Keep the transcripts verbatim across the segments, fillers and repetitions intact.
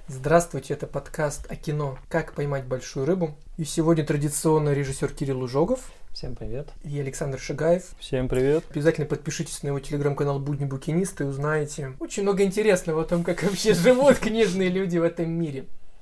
Здравствуйте, это подкаст о кино «Как поймать большую рыбу». И сегодня традиционно режиссер Кирилл Ужогов. Всем привет. И Александр Шигаев. Всем привет. Обязательно подпишитесь на его телеграм-канал «Будни букиниста» и узнаете очень много интересного о том, как вообще живут книжные люди в этом мире.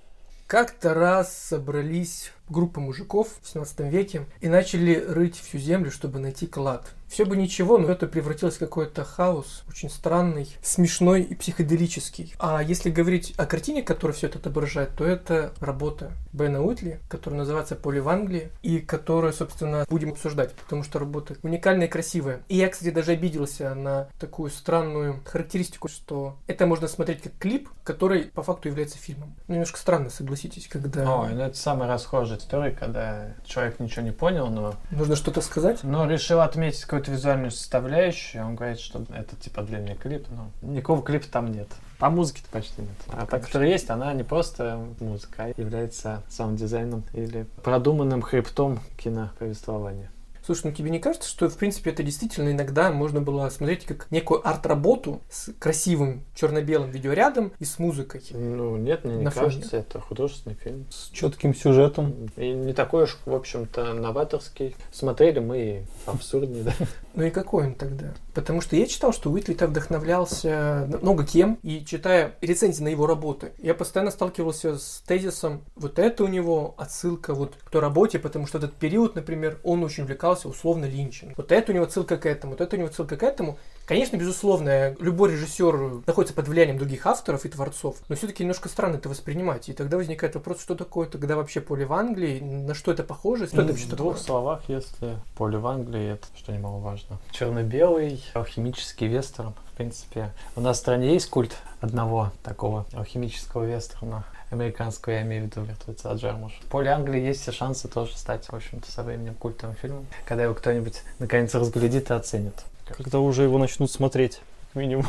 Как-то раз собрались группа мужиков в семнадцатом веке и начали рыть всю землю, чтобы найти клад. Все бы ничего, но это превратилось в какой-то хаос, очень странный, смешной и психоделический. А если говорить о картине, которая все это отображает, то это работа Бена Уитли, которая называется «Поле в Англии», и которую, собственно, будем обсуждать, потому что работа уникальная и красивая. И я, кстати, даже обиделся на такую странную характеристику, что это можно смотреть как клип, который по факту является фильмом. Ну, немножко странно, согласитесь, когда... Ой, ну это самая расхожая история, когда человек ничего не понял, но... Нужно что-то сказать? Но решил отметить какую-то визуальную составляющую, он говорит, что это типа длинный клип, но никакого клипа там нет. А музыки-то почти нет. А та, которая есть, она не просто музыка, а является саунд-дизайном или продуманным хребтом киноповествования. Слушай, ну тебе не кажется, что, в принципе, это действительно иногда можно было смотреть как некую арт-работу с красивым черно-белым видеорядом и с музыкой? Ну, нет, мне не на кажется, фоне. это художественный фильм. С четким сюжетом. И не такой уж, в общем-то, новаторский. Смотрели мы и абсурднее, да. Ну и какой он тогда? Потому что я читал, что Уитли-то вдохновлялся много кем, и читая рецензии на его работы, я постоянно сталкивался с тезисом, вот это у него отсылка вот к той работе, потому что в этот период, например, он очень увлекался условно Линчем. Вот это у него отсылка к этому, вот это у него отсылка к этому. Конечно, безусловно, любой режиссер находится под влиянием других авторов и творцов, но все-таки немножко странно это воспринимать. И тогда возникает вопрос, что такое тогда вообще «Поле в Англии», на что это похоже, что Ну, это вообще в такое? двух словах, если «Поле в Англии», это что немаловажно. Черно-белый алхимический вестерн. В принципе, у нас в стране есть культ одного такого алхимического вестерна. Американского, я имею в виду «Мертвеца Джармуша». «Поле Англии» есть все шансы тоже стать, в общем-то, со временем культовым фильмом, когда его кто-нибудь наконец разглядит и оценит. Когда уже его начнут смотреть, как минимум.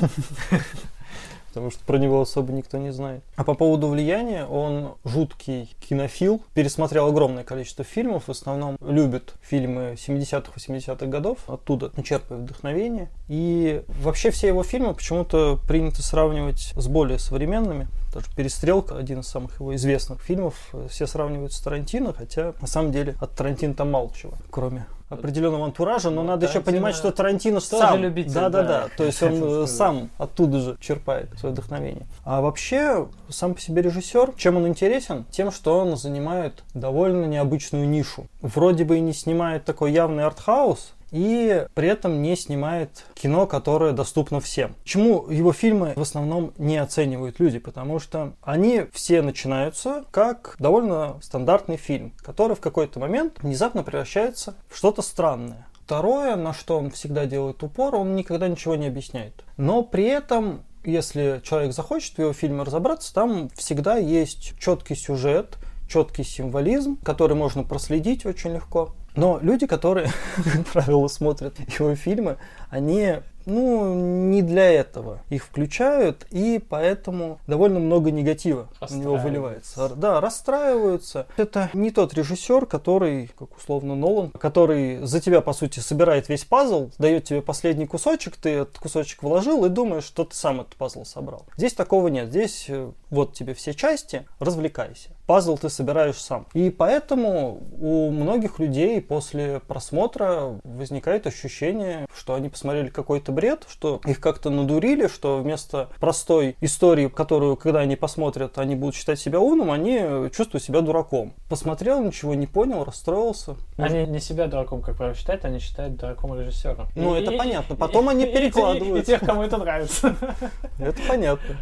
Потому что про него особо никто не знает. А по поводу влияния, он жуткий кинофил, пересмотрел огромное количество фильмов, в основном любит фильмы семидесятых-восьмидесятых годов, оттуда черпает вдохновение. И вообще все его фильмы почему-то принято сравнивать с более современными. Даже «Перестрелка», один из самых его известных фильмов, все сравнивают с Тарантино, хотя на самом деле от Тарантино там мало чего, кроме определенного антуража, но ну, надо еще понимать, что Тарантино сам, любитель, да-да-да, да. то есть он сам оттуда же черпает свое вдохновение. А вообще, сам по себе режиссер, чем он интересен? Тем, что он занимает довольно необычную нишу. Вроде бы и не снимает такой явный артхаус, и при этом не снимает кино, которое доступно всем. Почему его фильмы в основном не оценивают люди? Потому что они все начинаются как довольно стандартный фильм, который в какой-то момент внезапно превращается в что-то странное. Второе, на что он всегда делает упор, он никогда ничего не объясняет. Но при этом, если человек захочет в его фильме разобраться, там всегда есть четкий сюжет, четкий символизм, который можно проследить очень легко. Но люди, которые, как правило, смотрят его фильмы, они, ну, не для этого их включают, и поэтому довольно много негатива на него выливается. Да, расстраиваются. Это не тот режиссер, который, как условно Нолан, который за тебя, по сути, собирает весь пазл, дает тебе последний кусочек, ты этот кусочек вложил и думаешь, что ты сам этот пазл собрал. Здесь такого нет. Здесь вот тебе все части, развлекайся. Пазл ты собираешь сам. И поэтому у многих людей после просмотра возникает ощущение, что они посмотрели какой-то бред, что их как-то надурили, что вместо простой истории, которую, когда они посмотрят, они будут считать себя умным, они чувствуют себя дураком. Посмотрел, ничего не понял, расстроился. Они не себя дураком, как правило, считают, они считают дураком режиссера. Ну, это понятно. Потом они перекладывают. И тех, кому это нравится. Это понятно.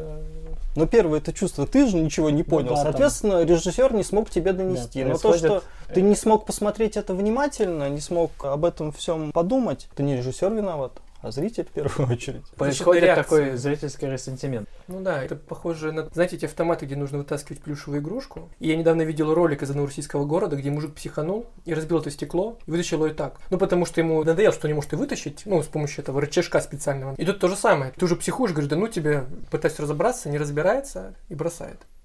Но первое это чувство, ты же ничего не понял. Соответственно, режиссер не смог тебе донести. Но то, что ты не смог посмотреть это внимательно, не смог об этом всем подумать, ты не режиссер виноват, а зритель в первую очередь. Происходит такой зрительский ресентимент. Ну да, это похоже на, знаете, эти автоматы, где нужно вытаскивать плюшевую игрушку. И я недавно видел ролик из одного российского города, где мужик психанул и разбил это стекло, и вытащил его и так. Ну потому что ему надоело, что не может и вытащить, ну с помощью этого рычажка специального. И тут то же самое. Ты уже психуешь, говоришь, да ну тебе, пытаясь разобраться, не разбирается и бросает.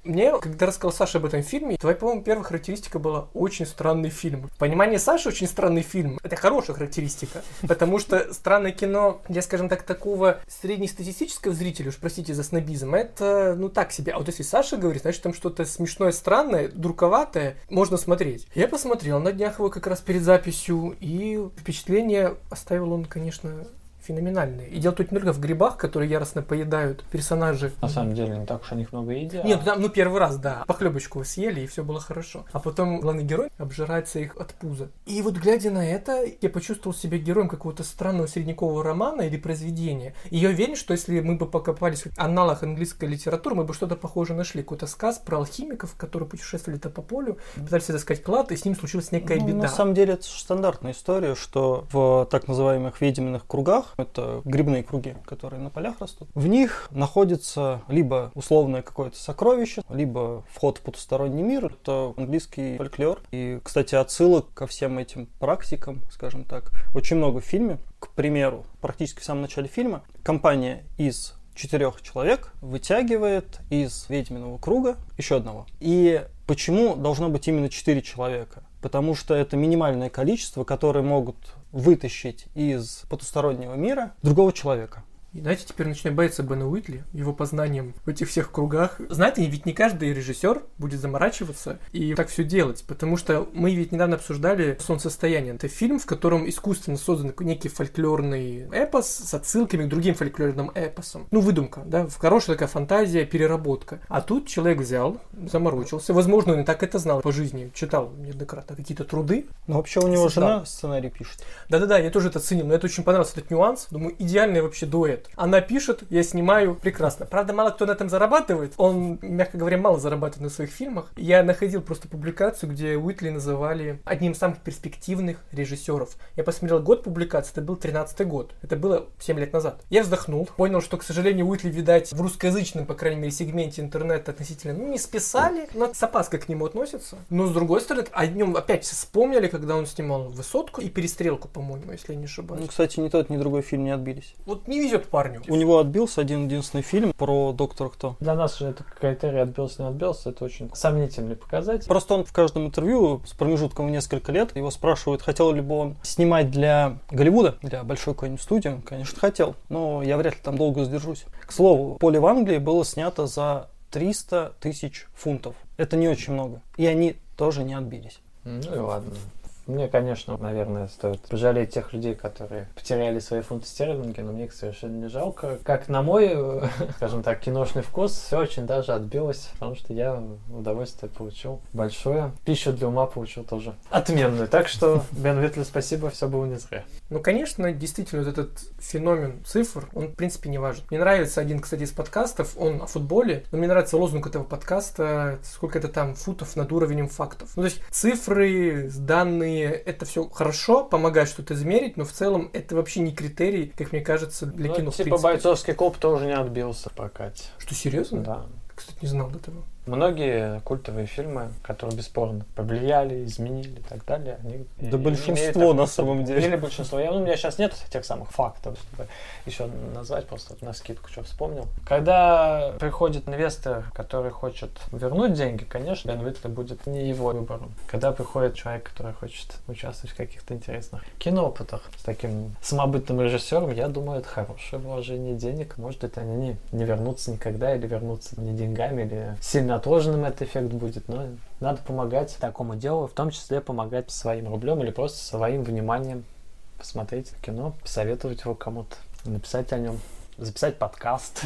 Мне, когда рассказал Саша об этом фильме, твоя, по-моему, первая характеристика была «очень странный фильм». Понимание Саши «очень странный фильм» — это хорошая характеристика, потому что странное кино для, скажем так, такого среднестатистического зрителя, уж простите за снобизм, это, ну, так себе. А вот если Саша говорит, значит, там что-то смешное, странное, дурковатое, можно смотреть. Я посмотрел на днях его как раз перед записью, и впечатление оставил он, конечно, феноменальные. И дело тут не только в грибах, которые яростно поедают персонажи. На самом деле, не так уж о них много едят. Нет, там, ну первый раз, да. Похлебочку съели, и все было хорошо. А потом главный герой обжирается их от пуза. И вот глядя на это, я почувствовал себя героем какого-то странного средневекового романа или произведения. И я уверен, что если мы бы покопались в аналах английской литературы, мы бы что-то похожее нашли. Какой-то сказ про алхимиков, которые путешествовали-то по полю, пытались отыскать клад, и с ним случилась некая ну, беда. На самом деле, это же стандартная история, что в так называемых ведьминых кругах, это грибные круги, которые на полях растут, в них находится либо условное какое-то сокровище, либо вход в потусторонний мир. Это английский фольклор. И, кстати, отсылок ко всем этим практикам, скажем так, очень много в фильме. К примеру, практически в самом начале фильма компания из четырех человек вытягивает из ведьминого круга еще одного. И почему должно быть именно четыре человека? Потому что это минимальное количество, которые могут вытащить из потустороннего мира другого человека. И знаете, теперь начинаю бояться Бена Уитли, его познанием в этих всех кругах. Знаете, ведь не каждый режиссер будет заморачиваться и так все делать, потому что мы ведь недавно обсуждали «Солнцестояние». Это фильм, в котором искусственно создан некий фольклорный эпос с отсылками к другим фольклорным эпосам. Ну, выдумка, да, хорошая такая фантазия, переработка. А тут человек взял, заморочился. Возможно, он и так это знал по жизни, читал неоднократно какие-то труды. Но вообще у него создал. жена сценарий пишет. Да-да-да, я тоже это ценил, но это очень понравился этот нюанс. Думаю, идеальный вообще дуэт. Она пишет, я снимаю, прекрасно. Правда, мало кто на этом зарабатывает. Он, мягко говоря, мало зарабатывает на своих фильмах. Я находил просто публикацию, где Уитли называли одним из самых перспективных режиссеров. Я посмотрел год публикации, это был тринадцатый год. Это было семь лет назад. Я вздохнул, понял, что, к сожалению, Уитли, видать, в русскоязычном, по крайней мере, сегменте интернета относительно, ну, не списали, но с опаской к нему относятся. Но, с другой стороны, о нем опять вспомнили, когда он снимал «Высотку» и «Перестрелку», по-моему, если я не ошибаюсь. Ну, кстати, ни тот, ни другой фильм не отбились. Вот не везет парню. У него отбился один единственный фильм про Доктора Кто. Для нас же это критерий отбился, не отбился, это очень сомнительный показатель. Просто он в каждом интервью с промежутком в несколько лет его спрашивают, хотел ли бы он снимать для Голливуда, для большой какой-нибудь студии. Он, конечно, хотел, но я вряд ли там долго сдержусь. К слову, «Поле в Англии» было снято за триста тысяч фунтов. Это не очень много. И они тоже не отбились. Ну и ладно. Мне, конечно, наверное, стоит пожалеть тех людей, которые потеряли свои фунты стерлинги, но мне их совершенно не жалко. Как на мой, скажем так, киношный вкус, все очень даже отбилось, потому что я удовольствие получил большое. Пищу для ума получил тоже отменную. Так что, Бен Уитли, спасибо, все было не зря. Ну, конечно, действительно, вот этот феномен цифр, он, в принципе, не важен. Мне нравится один, кстати, из подкастов, он о футболе, но мне нравится лозунг этого подкаста, сколько это там футов над уровнем фактов. Ну, то есть цифры, данные, это все хорошо, помогает что-то измерить, но в целом это вообще не критерий, как мне кажется, для ну, кино. Типа бойцовский клуб тоже не отбился в прокате. Что, серьезно? Да. Кстати, не знал до того. Многие культовые фильмы, которые бесспорно повлияли, изменили и так далее, они... Да большинство на самом деле. Или большинство. Я, ну, у меня сейчас нет тех самых фактов, чтобы еще назвать, просто на скидку что вспомнил. Когда приходит инвестор, который хочет вернуть деньги, конечно, Бен Уитли будет не его выбором. Когда приходит человек, который хочет участвовать в каких-то интересных киноопытах с таким самобытным режиссером, я думаю, это хорошее вложение денег. Может быть, они не, не вернутся никогда, или вернутся не деньгами, или сильно отложенным этот эффект будет, но надо помогать такому делу, в том числе помогать своим рублем или просто своим вниманием посмотреть кино, посоветовать его кому-то, написать о нем, записать подкаст.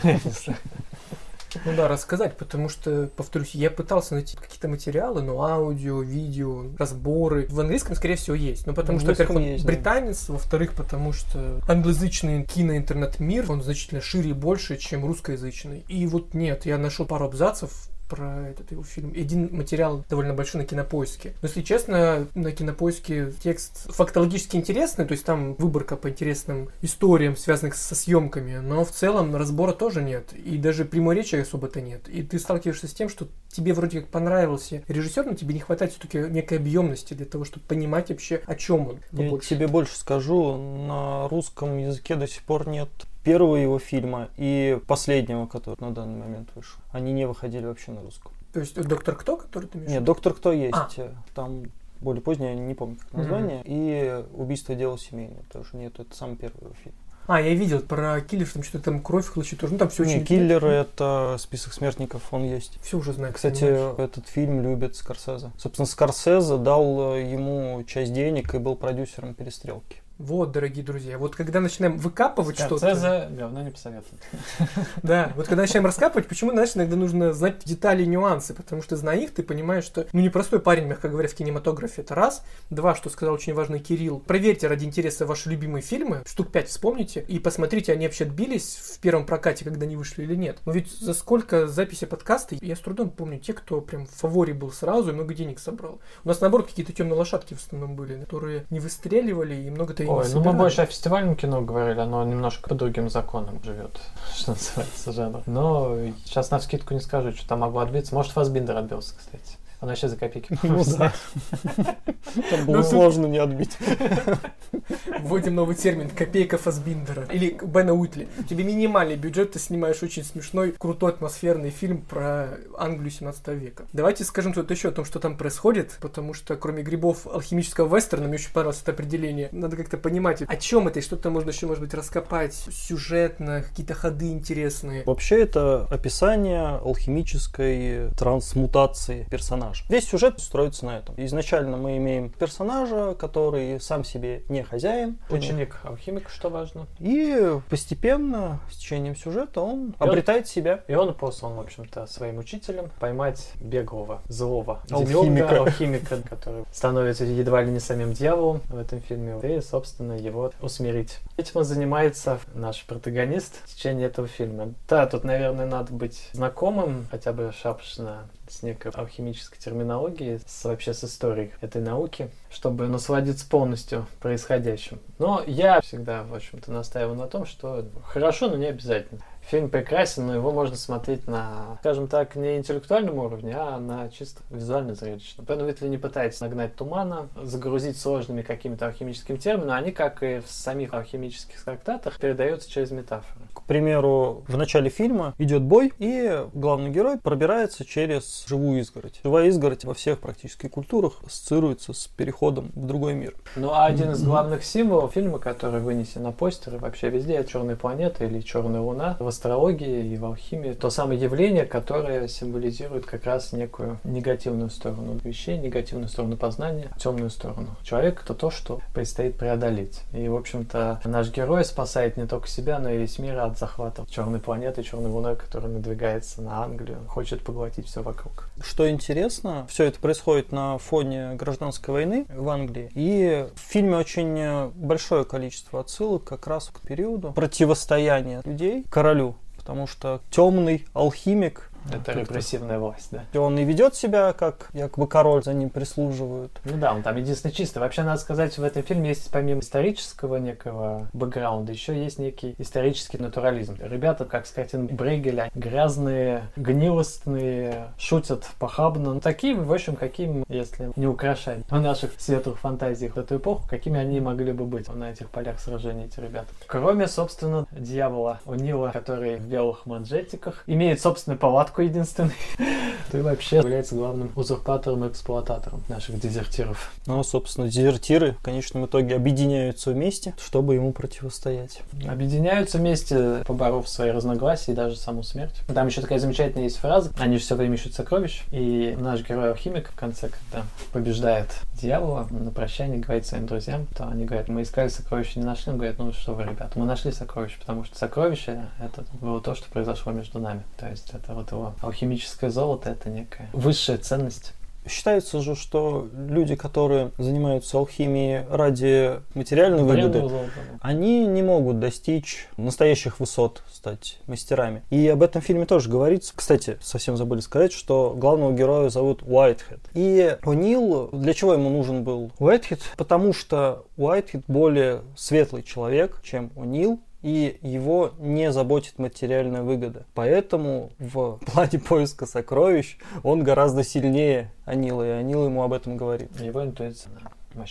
Ну да, рассказать, потому что, повторюсь, я пытался найти какие-то материалы, но аудио, видео, разборы. В английском, скорее всего, есть. Ну, потому что, во-первых, он есть, британец, да. Во-вторых, потому что англоязычный кино-интернет-мир, он значительно шире и больше, чем русскоязычный. И вот нет, я нашел пару абзацев про этот его фильм. И один материал довольно большой на Кинопоиске. Но, если честно, на Кинопоиске текст фактологически интересный, то есть там выборка по интересным историям, связанных со съемками, но в целом разбора тоже нет. И даже прямой речи особо-то нет. И ты сталкиваешься с тем, что тебе вроде как понравился режиссер, но тебе не хватает все-таки некой объемности для того, чтобы понимать вообще, о чем он. Я побольше. Тебе больше скажу, на русском языке до сих пор нет первого его фильма и последнего, который на данный момент вышел. Они не выходили вообще на русском. То есть доктор Кто, который ты имеешь? Нет, доктор Кто есть. А. Там более позднее, я не помню как название. Mm-hmm. И убийство дело семейное тоже нет. Это самый первый фильм. А, я видел про киллер, там что-то там кровь хлыщет тоже. Ну там все не, очень... Киллер — это список смертников, он есть. Все уже знаю. Кстати, понимаешь. Этот фильм любит Скорсезе. Собственно, Скорсезе дал ему часть денег и был продюсером «Перестрелки». Вот, дорогие друзья, вот когда начинаем выкапывать что-то... Скорсезе говно не посоветует. Да, вот когда начинаем раскапывать, почему, знаешь, иногда нужно знать детали и нюансы, потому что, зная их, ты понимаешь, что, ну, непростой парень, мягко говоря, в кинематографе, это раз. Два, что сказал очень важный Кирилл, проверьте ради интереса ваши любимые фильмы, штук пять вспомните, и посмотрите, они вообще отбились в первом прокате, когда они вышли или нет. Но ведь за сколько записи подкаста, я с трудом помню те, кто прям в фаворе был сразу и много денег собрал. У нас, наоборот, какие-то темные лошадки в основном были, которые не выстреливали и много-то... Ой, ну мы больше о фестивальном кино говорили, оно немножко по другим законам живет, что называется, жанр. Но сейчас навскидку не скажу, что там могло отбиться. Может, Фассбиндер отбился, кстати. Он вообще за копейки. Ну да. Там было сложно не отбить. Вводим новый термин «копейка Фассбиндера». Или Бена Уитли. Тебе минимальный бюджет, ты снимаешь очень смешной, крутой, атмосферный фильм про Англию семнадцатого века. Давайте скажем тут еще о том, что там происходит, потому что кроме грибов алхимического вестерна, мне очень понравилось это определение, надо как-то понимать, о чем это, и что-то можно еще, может быть, раскопать сюжетно, какие-то ходы интересные. Вообще это описание алхимической трансмутации персонажа. Весь сюжет строится на этом. Изначально мы имеем персонажа, который сам себе не хозяин. Ученик алхимика, что важно. И постепенно, с течением сюжета, он и обретает он, себя. И он послан, в общем-то, своим учителем поймать беглого, злого алхимика. Демиурга, алхимика, который становится едва ли не самим дьяволом в этом фильме, и, собственно, его усмирить. Этим занимается наш протагонист в течение этого фильма. Да, тут, наверное, надо быть знакомым, хотя бы шапошно, с некой алхимической терминологией, с, вообще с историей этой науки, чтобы насладиться полностью происходящим. Но я всегда, в общем-то, настаиваю на том, что хорошо, но не обязательно. Фильм прекрасен, но его можно смотреть на, скажем так, не интеллектуальном уровне, а на чисто визуально-зрелищном. Поэтому если не пытаетесь нагнать тумана, загрузить сложными какими-то алхимическими терминами, они, как и в самих алхимических трактатах, передаются через метафоры. К примеру, в начале фильма идет бой, и главный герой пробирается через живую изгородь. Живая изгородь во всех практически культурах ассоциируется с переходом в другой мир. Ну а один из главных символов фильма, который вынесен на постеры вообще везде, это черная планета или черная луна. В астрологии и в алхимии то самое явление, которое символизирует как раз некую негативную сторону вещей, негативную сторону познания, темную сторону человека, то то, что предстоит преодолеть. И, в общем-то, наш герой спасает не только себя, но и весь мир от захвата черной планеты, черной луной, которая надвигается на Англию, хочет поглотить все вокруг. Что интересно, все это происходит на фоне гражданской войны в Англии, и в фильме очень большое количество отсылок как раз к периоду противостояния людей королю, потому что темный алхимик — это репрессивная власть, да. И он и ведет себя, как якобы король, за ним прислуживают. Ну да, он там единственный чистый. Вообще, надо сказать, в этом фильме есть помимо исторического некого бэкграунда, еще есть некий исторический натурализм. Ребята, как с картин Брейгеля, грязные, гнилостные, шутят похабно. Ну, такие, в общем, какими, если не украшать в наших светлых фантазиях в эту эпоху, какими они могли бы быть на этих полях сражений, эти ребята. Кроме, собственно, дьявола О'Нила, который в белых манжетиках, имеет собственную палатку единственный, то и вообще является главным узурпатором и эксплуататором наших дезертиров. Ну, собственно, дезертиры в конечном итоге объединяются вместе, чтобы ему противостоять. Объединяются вместе, поборов свои разногласия и даже саму смерть. Там еще такая замечательная есть фраза: они же все время ищут сокровищ, и наш герой-алхимик в конце, когда побеждает дьявола, на прощание говорит своим друзьям, то они говорят: мы искали сокровища, не нашли. Он говорит: ну что вы, ребята, мы нашли сокровища, потому что сокровище — это было то, что произошло между нами. То есть это вот его алхимическое золото — это некая высшая ценность. Считается же, что люди, которые занимаются алхимией ради материальной выгоды, золота, да. они не могут достичь настоящих высот, стать мастерами. И об этом в фильме тоже говорится. Кстати, совсем забыли сказать, что главного героя зовут Уайтхед. И О'Нил, для чего ему нужен был Уайтхед? Потому что Уайтхед более светлый человек, чем О'Нил, и его не заботит материальная выгода. Поэтому в плане поиска сокровищ он гораздо сильнее О'Нила, и О'Нил ему об этом говорит. Его интуиция мощнее.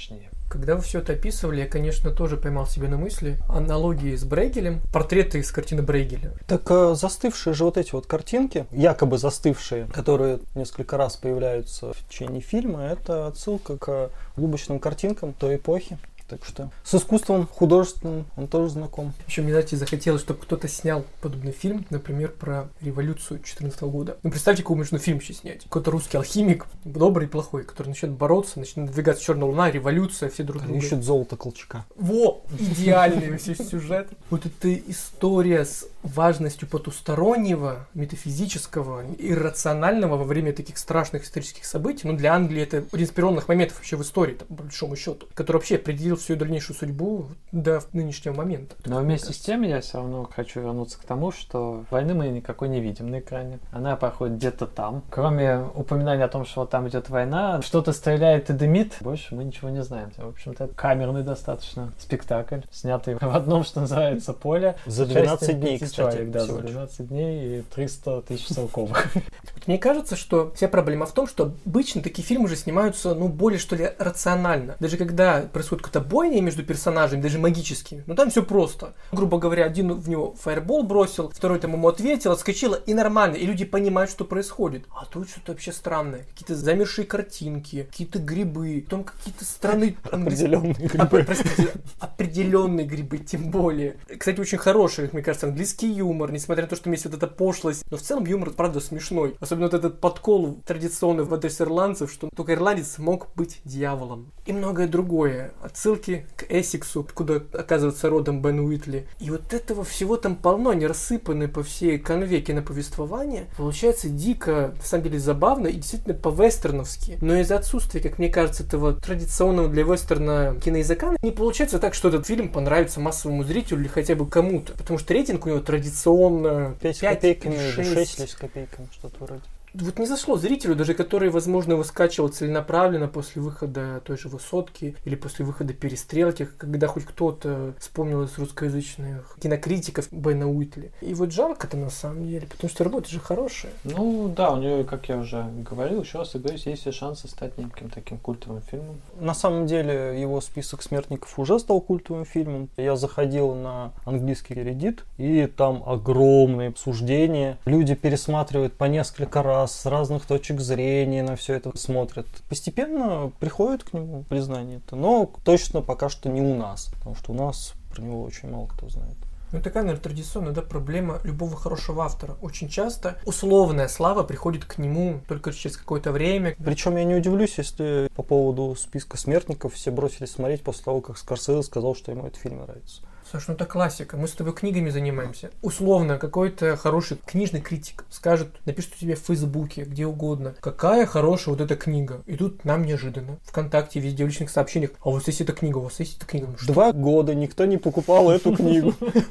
Когда вы все это описывали, я, конечно, тоже поймал себя на мысли аналогии с Брейгелем, портреты из картины Брейгеля. Так э, застывшие же вот эти вот картинки, якобы застывшие, которые несколько раз появляются в течение фильма, это отсылка к лубочным картинкам той эпохи. Так что с искусством художественным он тоже знаком. Еще мне, знаете, захотелось, чтобы кто-то снял подобный фильм, например, про революцию четырнадцатого года. Ну, представьте, какой можно фильм сейчас снять. Какой-то русский алхимик, добрый и плохой, который начнет бороться, начнет двигаться черная луна, революция, все друг друга. Ищут золото Колчака. Во! Идеальный весь сюжет. Вот эта история с важностью потустороннего, метафизического, иррационального во время таких страшных исторических событий. Ну, для Англии это один из переломных моментов вообще в истории, по большому счету, который вообще определил всю дальнейшую судьбу до нынешнего момента. Но вместе с тем я все равно хочу вернуться к тому, что войны мы никакой не видим на экране. Она проходит где-то там. Кроме упоминания о том, что вот там идет война, что-то стреляет и дымит, больше мы ничего не знаем. В общем-то, это камерный достаточно спектакль, снятый в одном, что называется, поле. За двенадцать дней, кстати. Человек, да, за двенадцать дней и триста тысяч стрелковых. Мне кажется, что вся проблема в том, что обычно такие фильмы уже снимаются, ну, более, что ли, рационально. Даже когда происходит какая-то бойня между персонажами, даже магическими, ну, там все просто. Грубо говоря, один в него фаербол бросил, второй там ему ответил, отскочил, и нормально, и люди понимают, что происходит. А тут что-то вообще странное. Какие-то замершие картинки, какие-то грибы, потом какие-то странные... Определенные грибы. Простите, определенные грибы, тем более. Кстати, очень хороший, как мне кажется, английский юмор, несмотря на то, что там есть вот эта пошлость. Но в целом юмор, правда, смешной. Особенно вот этот подкол традиционный в адрес ирландцев, что только ирландец мог быть дьяволом. И многое другое. Отсылки к Эссексу, откуда оказывается родом Бен Уитли. И вот этого всего там полно, они рассыпаны по всей конве киноповествования. Получается дико, на самом деле, забавно и действительно по-вестерновски. Но из-за отсутствия, как мне кажется, этого традиционного для вестерна киноязыка, не получается так, что этот фильм понравится массовому зрителю или хотя бы кому-то. Потому что рейтинг у него традиционно пять с копейками или шесть с копейками, что-то вроде. Вот не зашло зрителю, даже который, возможно, его скачивал целенаправленно после выхода той же «Высотки» или после выхода «Перестрелки», когда хоть кто-то вспомнил из русскоязычных кинокритиков Бена Уитли. И вот жалко-то на самом деле, потому что работа же хорошая. Ну да, у нее, как я уже говорил, еще раз и говорю, есть все шансы стать неким таким культовым фильмом. На самом деле его список смертников уже стал культовым фильмом. Я заходил на английский Reddit, и там огромные обсуждения. Люди пересматривают по несколько раз, с разных точек зрения на все это смотрят. Постепенно приходит к нему признание-то, но точно пока что не у нас, потому что у нас про него очень мало кто знает. Ну, такая, наверное, традиционная, да, проблема любого хорошего автора. Очень часто условная слава приходит к нему только через какое-то время. Причем я не удивлюсь, если по поводу списка смертников все бросились смотреть после того, как Скорсезе сказал, что ему этот фильм нравится. Саш, ну это классика. Мы с тобой книгами занимаемся. Условно, какой-то хороший книжный критик скажет, напишет у тебя в Фейсбуке, где угодно, какая хорошая вот эта книга. И тут нам неожиданно ВКонтакте, везде в личных сообщениях, а у вас есть эта книга, у вас есть эта книга. Ну, Два года никто не покупал эту книгу.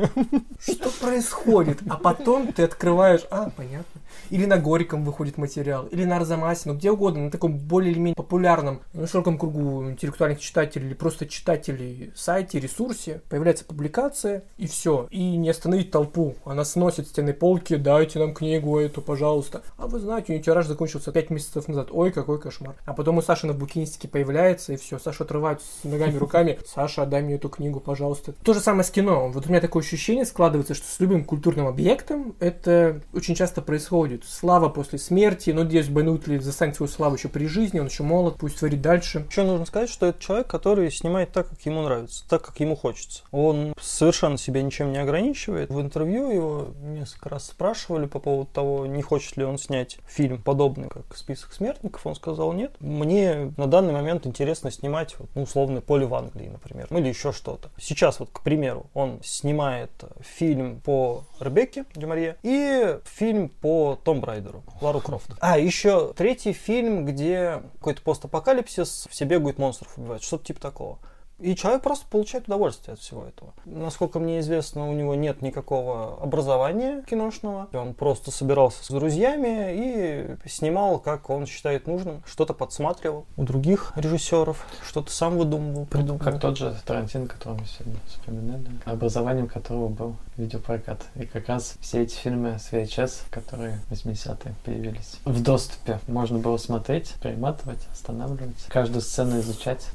Что происходит? А потом ты открываешь, а, понятно. Или на Горьком выходит материал, или на Арзамасе, ну где угодно, на таком более или менее популярном, на широком кругу интеллектуальных читателей или просто читателей сайте, ресурсе появляется публикация, и все. И не остановить толпу. Она сносит стены полки, дайте нам книгу эту, пожалуйста. А вы знаете, у нее тираж закончился пять месяцев назад. Ой, какой кошмар. А потом у Саши на букинистике появляется, и все. Саша отрывает с ногами, руками. Саша, отдай мне эту книгу, пожалуйста. То же самое с кино. Вот у меня такое ощущение складывается, что с любым культурным объектом это очень часто происходит. Слава после смерти, но надеюсь, Бен Уитли застанет свою славу еще при жизни, он еще молод, пусть творит дальше. Еще нужно сказать, что это человек, который снимает так, как ему нравится, так, как ему хочется. Он совершенно себя ничем не ограничивает. В интервью его несколько раз спрашивали по поводу того, не хочет ли он снять фильм подобный, как «Список смертников». Он сказал: нет, мне на данный момент интересно снимать, вот, ну, условно, «Поле в Англии», например, или еще что-то. Сейчас, вот, к примеру, он снимает фильм по Ребекке Дюмарье и фильм по Том Брайдеру, Лару Крофт. А, еще третий фильм, где какой-то постапокалипсис, все бегают, монстров убивают, что-то типа такого. И человек просто получает удовольствие от всего этого. Насколько мне известно, у него нет никакого образования киношного. Он просто собирался с друзьями и снимал, как он считает нужным. Что-то подсматривал у других режиссеров, что-то сам выдумывал, придумывал. Как тот же Тарантино, которого мы сегодня вспоминали, образованием которого был видеопрокат. И как раз все эти фильмы с ви эйч эс, которые в восьмидесятые появились, в доступе можно было смотреть, перематывать, останавливать, каждую сцену изучать.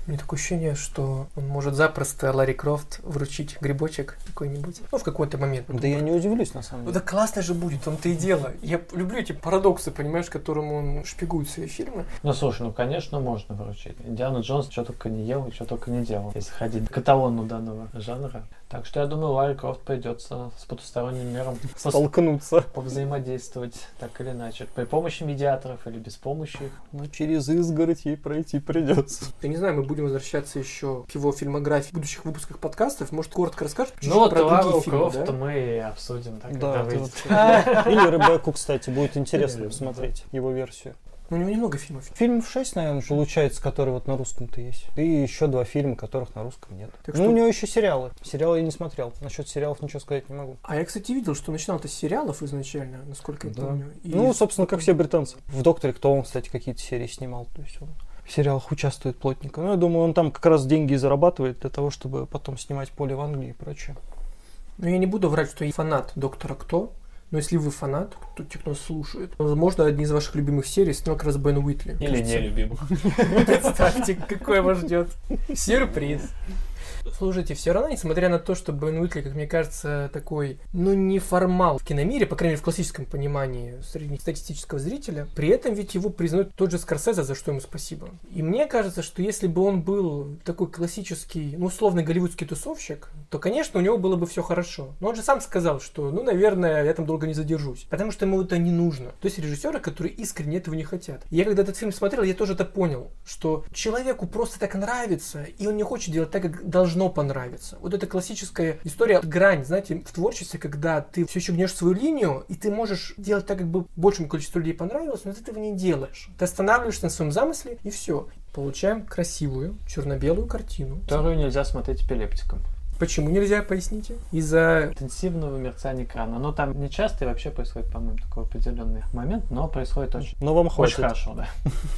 У меня такое ощущение, что он может запросто Ларри Крофт вручить грибочек какой-нибудь. Ну, в какой-то момент. Да я не удивлюсь, на самом Ну, деле. да классно же будет, в том-то и дело. Я люблю эти парадоксы, понимаешь, которым он шпигует свои фильмы. Ну, слушай, ну, конечно, можно вручить. Индиана Джонс что только не ел и что только не делал, если ходить к эталону данного жанра. Так что я думаю, Ларри Крофт придется с потусторонним миром Столкнуться. повзаимодействовать так или иначе. При помощи медиаторов или без помощи их. Но через изгородь ей пройти придется. Я не знаю, мы будем возвращаться еще к его фильмографии в будущих выпусках подкастов. Может, коротко расскажешь чуть-чуть Ну, вот про другие Лару фильмы, Крофт да? мы обсудим, так, Да, когда это выйдет. вот- Или Ребекку, кстати, будет интересно Или, посмотреть его версию. Ну, у него немного фильмов. Фильмов шесть, наверное, получается, которые вот на русском-то есть. И еще два фильма, которых на русском нет. Так ну, что- у него еще сериалы. Сериалы я не смотрел. Насчет сериалов ничего сказать не могу. А я, кстати, видел, что начинал-то с сериалов изначально, насколько я Да. помню. И- Ну, собственно, как все британцы. В «Докторе Кто» он, кстати, какие-то серии снимал. То есть он в сериалах участвует плотненько. Ну, я думаю, он там как раз деньги зарабатывает для того, чтобы потом снимать «Поле в Англии» и прочее. Но я не буду врать, что я фанат «Доктора Кто». Но если вы фанат, кто те, кто нас слушает, возможно, одни из ваших любимых серий снял как раз Бен Уитли. Или нелюбимых. Представьте, какой вас ждет сюрприз. Слушайте, все равно, несмотря на то, что Бен Уитли, как мне кажется, такой, ну, не формал в киномире, по крайней мере, в классическом понимании среднестатистического зрителя, при этом ведь его признает тот же Скорсезе, за что ему спасибо. И мне кажется, что если бы он был такой классический, ну, условный голливудский тусовщик, то, конечно, у него было бы все хорошо. Но он же сам сказал, что, ну, наверное, я там долго не задержусь, потому что ему это не нужно. То есть режиссеры, которые искренне этого не хотят. И я когда этот фильм смотрел, я тоже это понял, что человеку просто так нравится, и он не хочет делать так, как должно понравиться. Вот это классическая история, грань, знаете, в творчестве, когда ты все еще гнешь свою линию, и ты можешь делать так, как бы большему количеству людей понравилось, но ты этого не делаешь. Ты останавливаешься на своем замысле, и все. Получаем красивую черно-белую картину. Которую нельзя смотреть эпилептиком. Почему нельзя, поясните? Из-за... Интенсивного мерцания экрана. Ну, там не часто и вообще происходит, по-моему, такой определенный момент, но происходит очень, Но вам очень хватит. хорошо, да.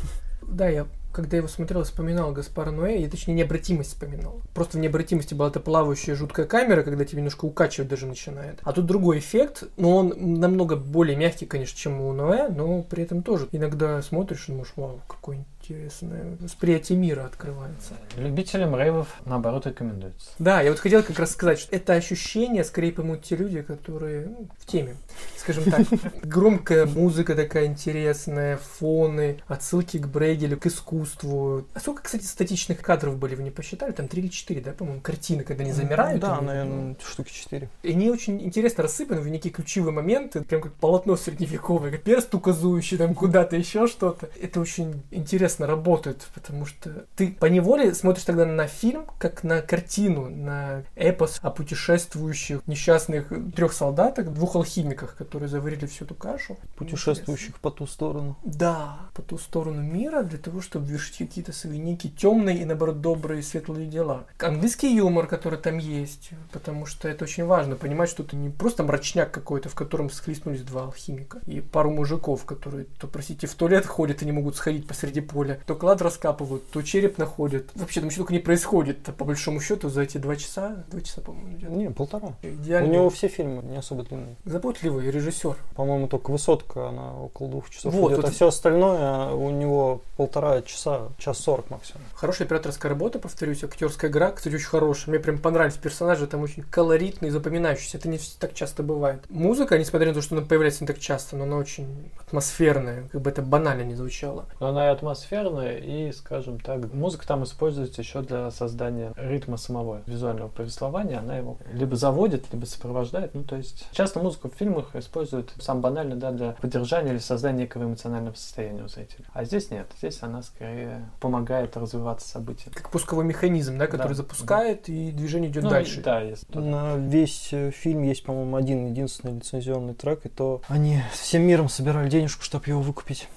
Да, я когда его смотрел, вспоминал Гаспара Ноэ, я точнее необратимость вспоминал. Просто в необратимости была эта плавающая жуткая камера, когда тебя немножко укачивать даже начинает. А тут другой эффект, но он намного более мягкий, конечно, чем у Ноэ, но при этом тоже. Иногда смотришь и думаешь, вау, какое интересное восприятие мира открывается. Любителям рейвов, наоборот, рекомендуется. Да, я вот хотел как раз сказать, что это ощущение, скорее поймут те люди, которые ну, в теме, скажем так. Громкая музыка такая интересная, фоны, отсылки к Брейгелю, к искусству. А сколько, кстати, статичных кадров были, вы не посчитали? Там три или четыре, да, по-моему, картины, когда они замирают. Да, они, наверное, штуки четыре. И они очень интересно рассыпаны в некие ключевые моменты, прям как полотно средневековое, как перст указующий там куда-то, еще что-то. Это очень интересно работает, потому что ты поневоле смотришь тогда на фильм, как на картину, на эпос о путешествующих несчастных трех солдатах, двух алхимиках, которые заварили всю эту кашу. Путешествующих по ту сторону. Да, по ту сторону мира, для того, чтобы вершить какие-то свои некие темные и, наоборот, добрые, светлые дела. Английский юмор, который там есть, потому что это очень важно, понимать, что это не просто мрачняк какой-то, в котором схлестнулись два алхимика, и пару мужиков, которые, то, простите, в туалет ходят и не могут сходить посреди поля, то клад раскапывают, то череп находят. Вообще там ничего только не происходит, по большому счету, за эти два часа, два часа, по-моему, где-то. Не, полтора. Идеально. У него все фильмы не особо длинные. Заботливый режиссер. По-моему, только «Высотка», она около двух часов Вот, идет, вот. а все остальное у него полтора часа, час сорок максимум. Хорошая операторская работа, повторюсь, актерская игра, кстати, очень хорошая. Мне прям понравились персонажи, там очень колоритные и запоминающиеся. Это не так часто бывает. Музыка, несмотря на то, что она появляется не так часто, но она очень атмосферная, как бы это банально не звучало. Но она и атмосферная, и, скажем так, музыка там используется еще для создания ритма самого визуального повествования. Она его либо заводит, либо сопровождает. Ну, то есть, часто музыку в фильмах используют, сам банально, да, для поддержания или создания некого эмоционального состояния у зрителя. А здесь нет. Здесь она скорее помогает развиваться событиям. Как пусковой механизм, да, который Да, запускает, да. и движение идет Ну, дальше. Да, есть. На весь э, фильм есть, по-моему, один единственный лицензионный трек, и то они всем миром собирали денежку, чтобы его выкупить.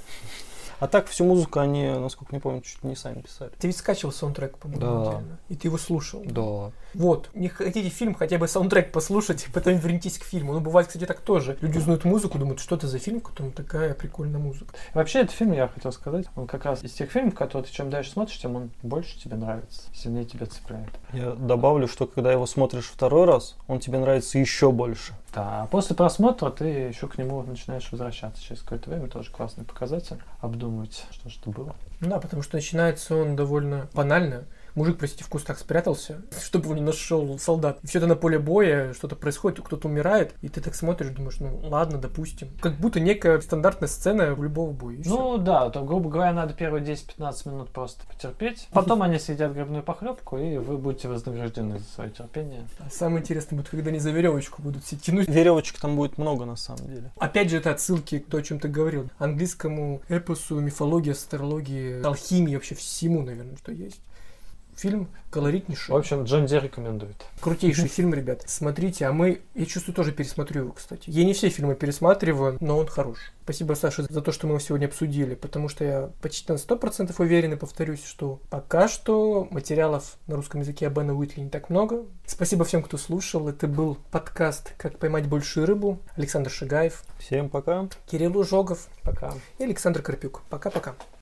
А так всю музыку они, насколько не помню, чуть не сами писали. Ты ведь скачивал саундтрек, по-моему, Да. отдельно, и ты его слушал. Да. Вот, не хотите фильм, хотя бы саундтрек послушать, потом вернитесь к фильму. Ну, бывает, кстати, так тоже. Люди узнают музыку, думают, что это за фильм, в котором такая прикольная музыка. Вообще, этот фильм, я хотел сказать, он как раз из тех фильмов, которые ты чем дальше смотришь, тем он больше тебе нравится, сильнее тебя цепляет. Я добавлю, что когда его смотришь второй раз, он тебе нравится еще больше. Да, а после просмотра ты еще к нему начинаешь возвращаться через какое-то время, тоже классный показатель, обдумывать, что же это было. Да, потому что начинается он довольно банально. мужик, простите, в кустах спрятался, чтобы его не нашел солдат. Все это на поле боя, что-то происходит, кто-то умирает, и ты так смотришь, думаешь, ну ладно, допустим. Как будто некая стандартная сцена в любого боя. Ну да, то, грубо говоря, надо первые десять-пятнадцать минут просто потерпеть. Потом они съедят грибную похлебку, и вы будете вознаграждены за свое терпение. А самое интересное будет, когда они за веревочку будут все тянуть. Веревочек там будет много на самом деле. Опять же, это отсылки к тому, о чем ты говорил. Английскому эпосу, мифологии, астрологии, алхимии, вообще всему, наверное, что есть. Фильм колоритнейший. В общем, Джон Ди рекомендует. Крутейший фильм, ребят. Смотрите, а мы, я чувствую, тоже пересмотрю его, кстати. Я не все фильмы пересматриваю, но он хорош. Спасибо, Саша, за то, что мы его сегодня обсудили, потому что я почти на сто процентов уверен и повторюсь, что пока что материалов на русском языке о Бене Уитли не так много. Спасибо всем, кто слушал. Это был подкаст «Как поймать большую рыбу». Александр Шигаев. Всем пока. Кирилл Ужогов. Пока. И Александр Карпюк. Пока-пока.